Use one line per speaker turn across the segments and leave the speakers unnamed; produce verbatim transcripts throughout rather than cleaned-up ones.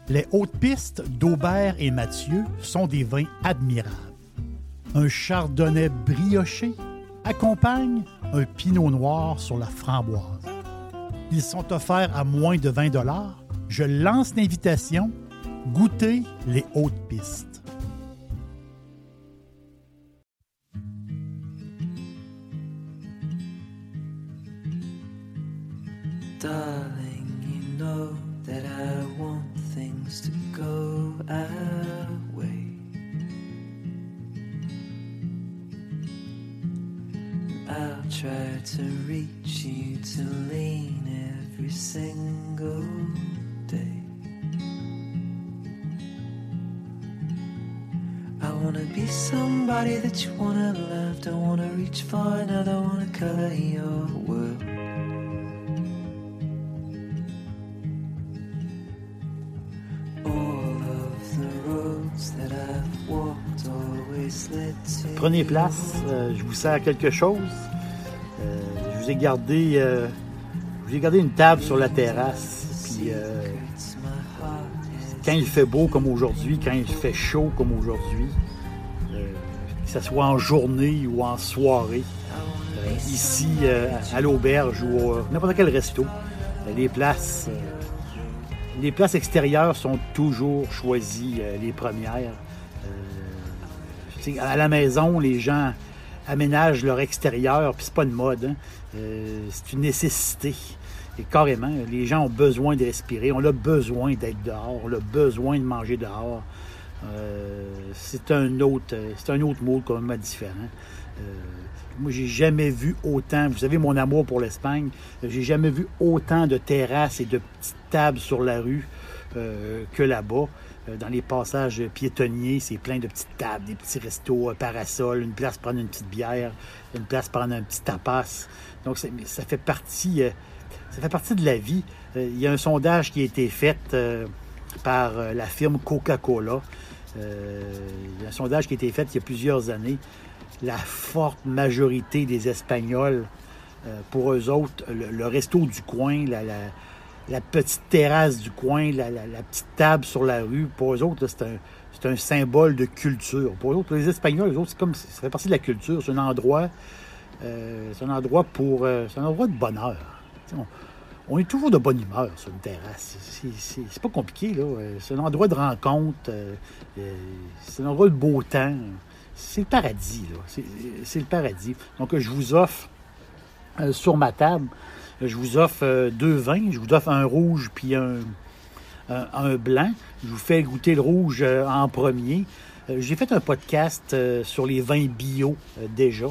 Les hautes pistes d'Aubert et Mathieu sont des vins admirables. Un chardonnay brioché accompagne un pinot noir sur la framboise. Ils sont offerts à moins de vingt dollars. Je lance l'invitation. Goûtez les hautes pistes.
Darling, you know that I want things to go our way. I'll try to reach you to lean every single day. I wanna be somebody that you wanna love. Don't wanna reach for another, wanna color your world.
Prenez place, euh, je vous sers quelque chose. Euh, je vous ai gardé, euh, je vous ai gardé une table sur la terrasse. Puis euh, quand il fait beau comme aujourd'hui, quand il fait chaud comme aujourd'hui, euh, que ce soit en journée ou en soirée, euh, ici euh, à l'auberge ou au, n'importe quel resto, euh, les places, euh, les places extérieures sont toujours choisies euh, les premières. À la maison, les gens aménagent leur extérieur, puis c'est pas une mode, hein? euh, c'est une nécessité. Et carrément, les gens ont besoin de respirer, on a besoin d'être dehors, on a besoin de manger dehors. Euh, c'est un autre, c'est un autre mode complètement différent. Euh, moi, j'ai jamais vu autant, vous savez mon amour pour l'Espagne, j'ai jamais vu autant de terrasses et de petites tables sur la rue euh, que là-bas. Dans les passages piétonniers, c'est plein de petites tables, des petits restos, parasols, une place pour prendre une petite bière, une place pour prendre un petit tapas. Donc, ça fait partie, ça fait partie de la vie. Il y a un sondage qui a été fait par la firme Coca-Cola. Il y a un sondage qui a été fait il y a plusieurs années. La forte majorité des Espagnols, pour eux autres, le, le resto du coin, la, la La petite terrasse du coin, la, la, la petite table sur la rue, pour eux autres, là, c'est, un, c'est un symbole de culture. Pour eux autres, pour les Espagnols, eux autres, c'est comme, ça fait partie de la culture. C'est un endroit, euh, c'est un endroit pour, euh, c'est un endroit de bonheur. On, on est toujours de bonne humeur sur une terrasse. C'est, c'est, c'est pas compliqué, là. C'est un endroit de rencontre. Euh, c'est un endroit de beau temps. C'est le paradis, là. C'est, c'est le paradis. Donc, je vous offre euh, sur ma table. Je vous offre euh, deux vins. Je vous offre un rouge puis un, un, un blanc. Je vous fais goûter le rouge euh, en premier. Euh, j'ai fait un podcast euh, sur les vins bio euh, déjà.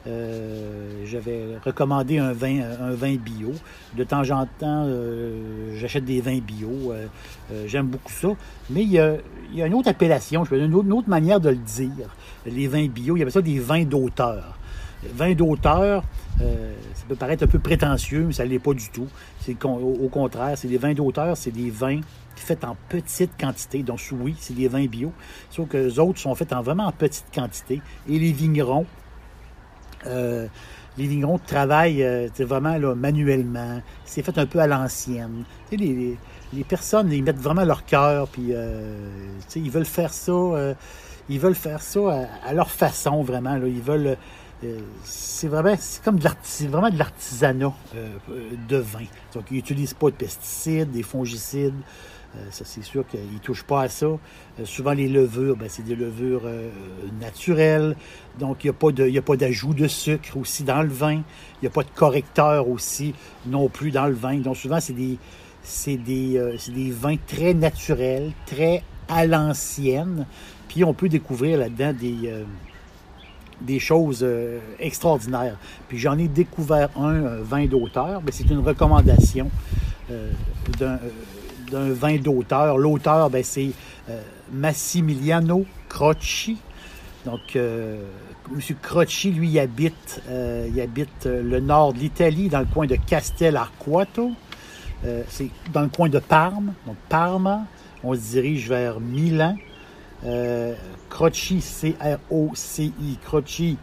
Euh, j'avais recommandé un vin, un vin bio. De temps en temps, euh, j'achète des vins bio. Euh, euh, j'aime beaucoup ça. Mais il y a, il y a une autre appellation, une autre, une autre manière de le dire. Les vins bio, il y avait ça des vins d'auteur. Vin d'auteur, euh, ça peut paraître un peu prétentieux, mais ça ne l'est pas du tout. C'est, au, au contraire, c'est des vins d'auteur, c'est des vins faits en petite quantité. Donc oui, c'est des vins bio, sauf que les autres sont faits en vraiment en petite quantité. Et les vignerons, euh, les vignerons travaillent euh, vraiment là, manuellement. C'est fait un peu à l'ancienne. Tu sais, les, les, les personnes, ils mettent vraiment leur cœur, puis euh, tu sais, ils veulent faire ça, euh, ils veulent faire ça à, à leur façon, vraiment. Là. Ils veulent... Euh, c'est vraiment, c'est comme de c'est vraiment de l'artisanat euh, de vin. Donc, ils n'utilisent pas de pesticides, des fongicides. Euh, ça, c'est sûr qu'ils ne touchent pas à ça. Euh, souvent, les levures, ben, c'est des levures euh, naturelles. Donc, il n'y a pas de, il y a pas d'ajout de sucre aussi dans le vin. Il n'y a pas de correcteur aussi non plus dans le vin. Donc, souvent, c'est des, c'est des, euh, c'est des vins très naturels, très à l'ancienne. Puis, on peut découvrir là-dedans des... Euh, des choses euh, extraordinaires. Puis j'en ai découvert un, un vin d'auteur. Bien, c'est une recommandation euh, d'un, euh, d'un vin d'auteur. L'auteur, bien, c'est euh, Massimiliano Crocchi. Donc, euh, M. Crocchi, lui, il habite, euh, il habite euh, le nord de l'Italie, dans le coin de Castell'Arquato. Euh, c'est dans le coin de Parme. Donc, Parma, on se dirige vers Milan. Euh, Crocchi, C R O C I, Crocchi,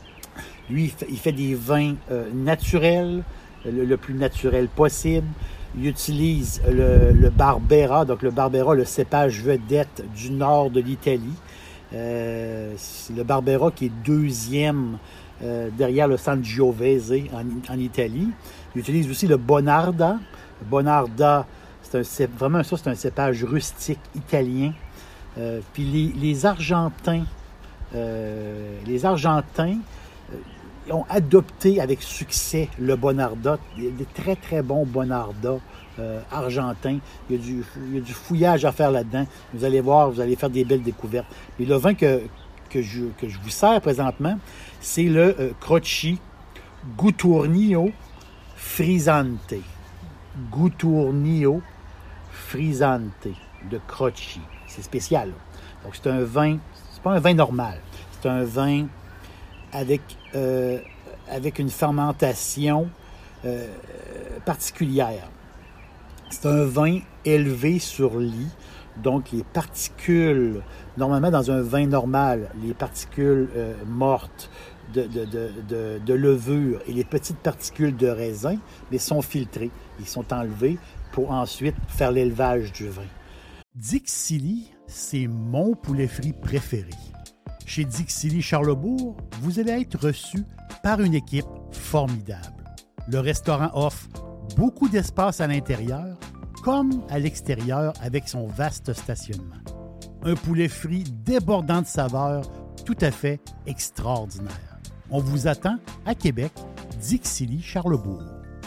lui, il fait, il fait des vins euh, naturels, le, le plus naturel possible. il utilise le, le Barbera, donc le Barbera, le cépage vedette du nord de l'Italie. Euh, le Barbera qui est deuxième euh, derrière le Sangiovese en, en Italie. Il utilise aussi le Bonarda. Le Bonarda, c'est, un, c'est vraiment ça, c'est un cépage rustique italien. Euh, puis les, les Argentins, euh, les Argentins euh, ont adopté avec succès le Bonarda, des, des très très bons Bonarda euh, argentins. Il y, a du, il y a du fouillage à faire là-dedans. Vous allez voir, vous allez faire des belles découvertes. Mais le vin que, que, je, que je vous sers présentement, c'est le euh, Crocchi Guturnio Frizzante. Guturnio Frizzante de Crocchi. C'est spécial. Là. Donc, c'est un vin, c'est pas un vin normal. C'est un vin avec, euh, avec une fermentation euh, particulière. C'est un vin élevé sur lit. Donc, les particules, normalement, dans un vin normal, les particules euh, mortes de, de, de, de, de levure et les petites particules de raisin, mais sont filtrées. Ils sont enlevés pour ensuite faire l'élevage du vin. Dixilly, c'est mon poulet frit préféré. Chez Dixilly Charlebourg, vous allez être reçu par une équipe formidable. Le restaurant offre beaucoup d'espace à l'intérieur comme à l'extérieur avec son vaste stationnement. Un poulet frit débordant de saveurs, tout à fait extraordinaire. On vous attend à Québec, Dixilly Charlebourg.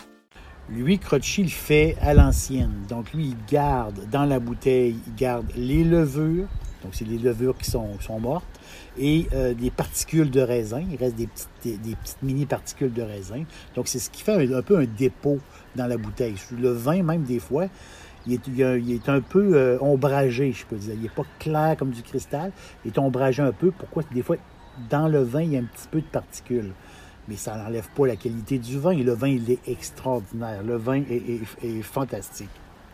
Lui, Crocchi, le fait à l'ancienne. Donc, lui, il garde dans la bouteille, il garde les levures. Donc, c'est les levures qui sont, qui sont mortes. Et euh, des particules de raisin. Il reste des petites, des, des petites mini-particules de raisin. Donc, c'est ce qui fait un, un peu un dépôt dans la bouteille. Le vin, même des fois, il est, il il est un peu euh, ombragé, je peux dire. Il n'est pas clair comme du cristal. Il est ombragé un peu. Pourquoi? Des fois, dans le vin, il y a un petit peu de particules. Mais ça n'enlève pas la qualité du vin. Et le vin, il est extraordinaire. Le vin est, est, est fantastique.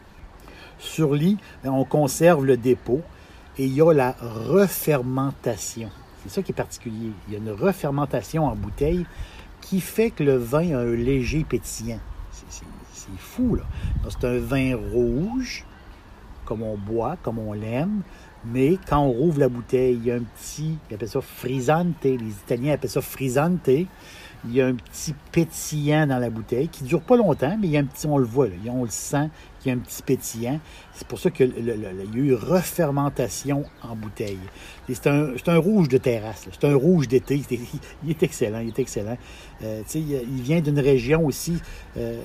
Sur lit, on conserve le dépôt et il y a la refermentation. C'est ça qui est particulier. Il y a une refermentation en bouteille qui fait que le vin a un léger pétillant. C'est, c'est, c'est fou, là. Donc, c'est un vin rouge, comme on boit, comme on l'aime. Mais quand on rouvre la bouteille, il y a un petit, ils appellent ça frizzante, les Italiens appellent ça frizzante. Il y a un petit pétillant dans la bouteille qui ne dure pas longtemps, mais il y a un petit, on le voit, là, on le sent qu'il y a un petit pétillant. C'est pour ça qu'il y a eu refermentation en bouteille. Et c'est, un, c'est un rouge de terrasse, là. C'est un rouge d'été. C'est, il est excellent, il est excellent. Euh, tu sais, il vient d'une région aussi. Euh,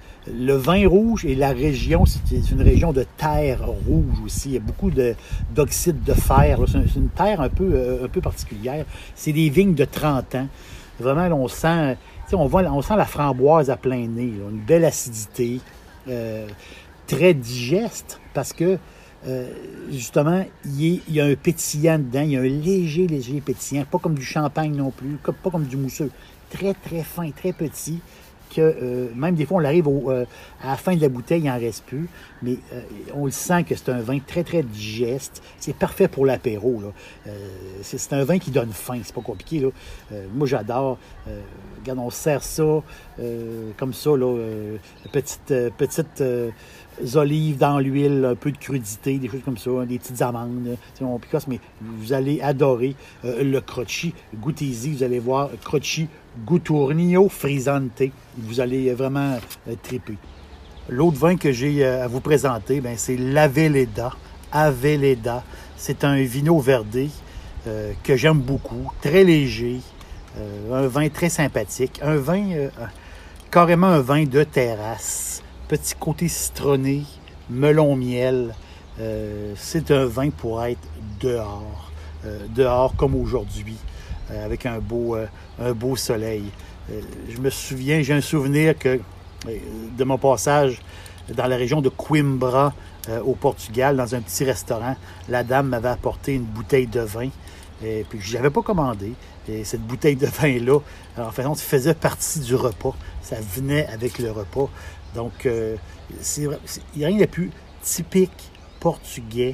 le vin rouge et la région, c'est une région de terre rouge aussi. Il y a beaucoup de, d'oxyde de fer. Là. C'est, c'est une terre un peu, euh, un peu particulière. C'est des vignes de trente ans. Vraiment, là, on sent, on, voit, on sent la framboise à plein nez, là, une belle acidité, euh, très digeste, parce que, euh, justement, il, est, il y a un pétillant dedans, il y a un léger, léger pétillant, pas comme du champagne non plus, pas comme du mousseux, très, très fin, très petit, que euh, même des fois, on arrive au, euh, à la fin de la bouteille, il n'en reste plus, mais euh, on le sent que c'est un vin très, très digeste. C'est parfait pour l'apéro, là. Euh, c'est, c'est un vin qui donne faim, c'est pas compliqué, là. Euh, moi, j'adore. Euh, regarde, on sert ça euh, comme ça, là, euh, petite, euh, petite euh, olives dans l'huile, un peu de crudité, des choses comme ça, des petites amandes, on picosse, mais vous allez adorer euh, le Crocchi. Goûtez-y, vous allez voir, Crocchi Guturnio Frizzante. Vous allez vraiment euh, triper. L'autre vin que j'ai euh, à vous présenter, ben, c'est l'Aveleda. Aveleda. C'est un vino verdé euh, que j'aime beaucoup, très léger, euh, un vin très sympathique, un vin, euh, carrément un vin de terrasse, petit côté citronné, melon-miel. Euh, c'est un vin pour être dehors, euh, dehors comme aujourd'hui. Euh, avec un beau, euh, un beau soleil. Euh, je me souviens, j'ai un souvenir que euh, de mon passage dans la région de Coimbra, euh, au Portugal, dans un petit restaurant. La dame m'avait apporté une bouteille de vin, et puis je n'avais pas commandé. Et cette bouteille de vin-là, en fait, faisait partie du repas. Ça venait avec le repas. Donc, euh, c'est, c'est, il n'y a rien de plus typique portugais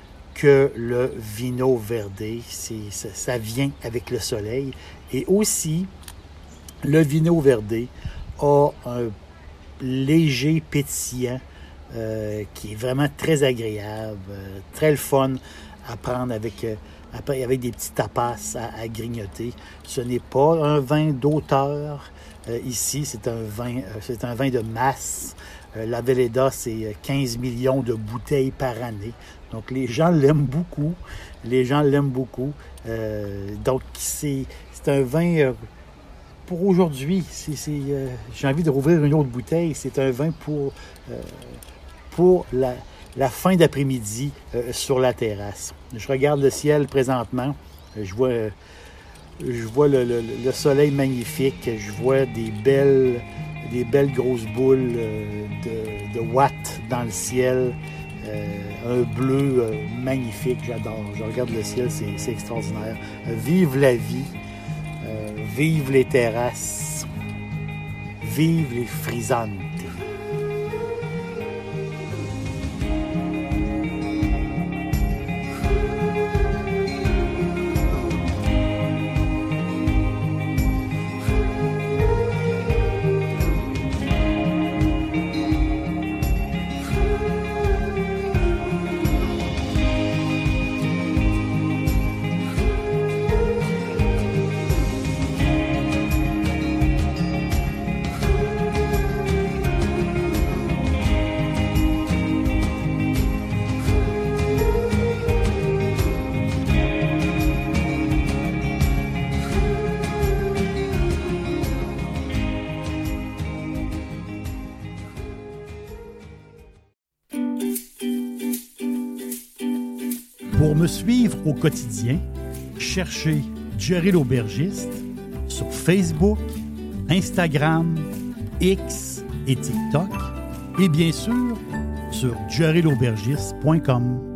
que le vino verdé. C'est, ça, ça vient avec le soleil. Et aussi, le vino verdé a un léger pétillant euh, qui est vraiment très agréable, euh, très le fun à prendre avec, euh, avec des petits tapas à, à grignoter. Ce n'est pas un vin d'auteur. Euh, ici, c'est un vin, euh, c'est un vin de masse. Euh, la Velleda, c'est quinze millions de bouteilles par année. Donc, les gens l'aiment beaucoup. Les gens l'aiment beaucoup. Euh, donc, c'est, c'est un vin... Euh, pour aujourd'hui, c'est, c'est, euh, j'ai envie de rouvrir une autre bouteille. C'est un vin pour, euh, pour la, la fin d'après-midi euh, sur la terrasse. Je regarde le ciel présentement. Je vois, euh, je vois le, le, le soleil magnifique. Je vois des belles, des belles grosses boules euh, de, de watts dans le ciel. Euh, un bleu euh, magnifique. J'adore. Je regarde le ciel, c'est, c'est extraordinaire. Euh, vive la vie. Euh, vive les terrasses, vive les frisantes. Pour me suivre au quotidien, cherchez Jerry l'Aubergiste sur Facebook, Instagram, X et TikTok et bien sûr sur jerry l'aubergiste point com.